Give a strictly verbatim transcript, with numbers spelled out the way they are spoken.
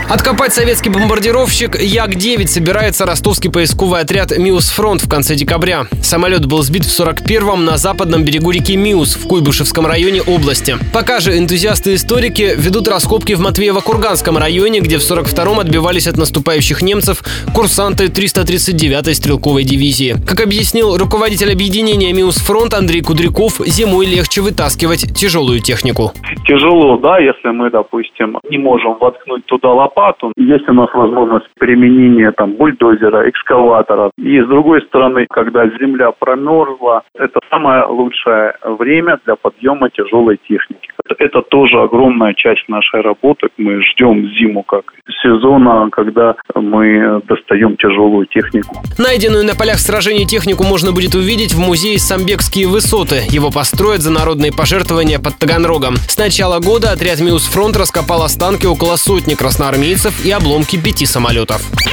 Откопать советский бомбардировщик Як девять собирается ростовский поисковый отряд «Миус-фронт» в конце декабря. Самолет был сбит в сорок первом на западном берегу реки Миус в Куйбышевском районе области. Пока же энтузиасты-историки ведут раскопки в Матвеево-Курганском районе, где в сорок втором отбивались от наступающих немцев курсанты триста тридцать девятой стрелковой дивизии. Как объяснил руководитель объединения «Миус-фронт» Андрей Кудряков, зимой легче вытаскивать тяжелую технику. Тяжело, да, если мы, допустим, не можем воткнуть туда лопату. Есть у нас возможность применения там бульдозера, экскаватора. И с другой стороны, когда земля промерзла, это самое лучшее время для подъема тяжелой техники. Это тоже огромная часть нашей работы. Мы ждем зиму как сезона, когда мы достаем тяжелую технику. Найденную на полях сражений технику можно будет увидеть в музее «Самбекские высоты». Его построят за народные пожертвования под Таганрогом. С начала года отряд «Миус-фронт» раскопал останки около сотни красноармейцев и обломки пяти самолетов.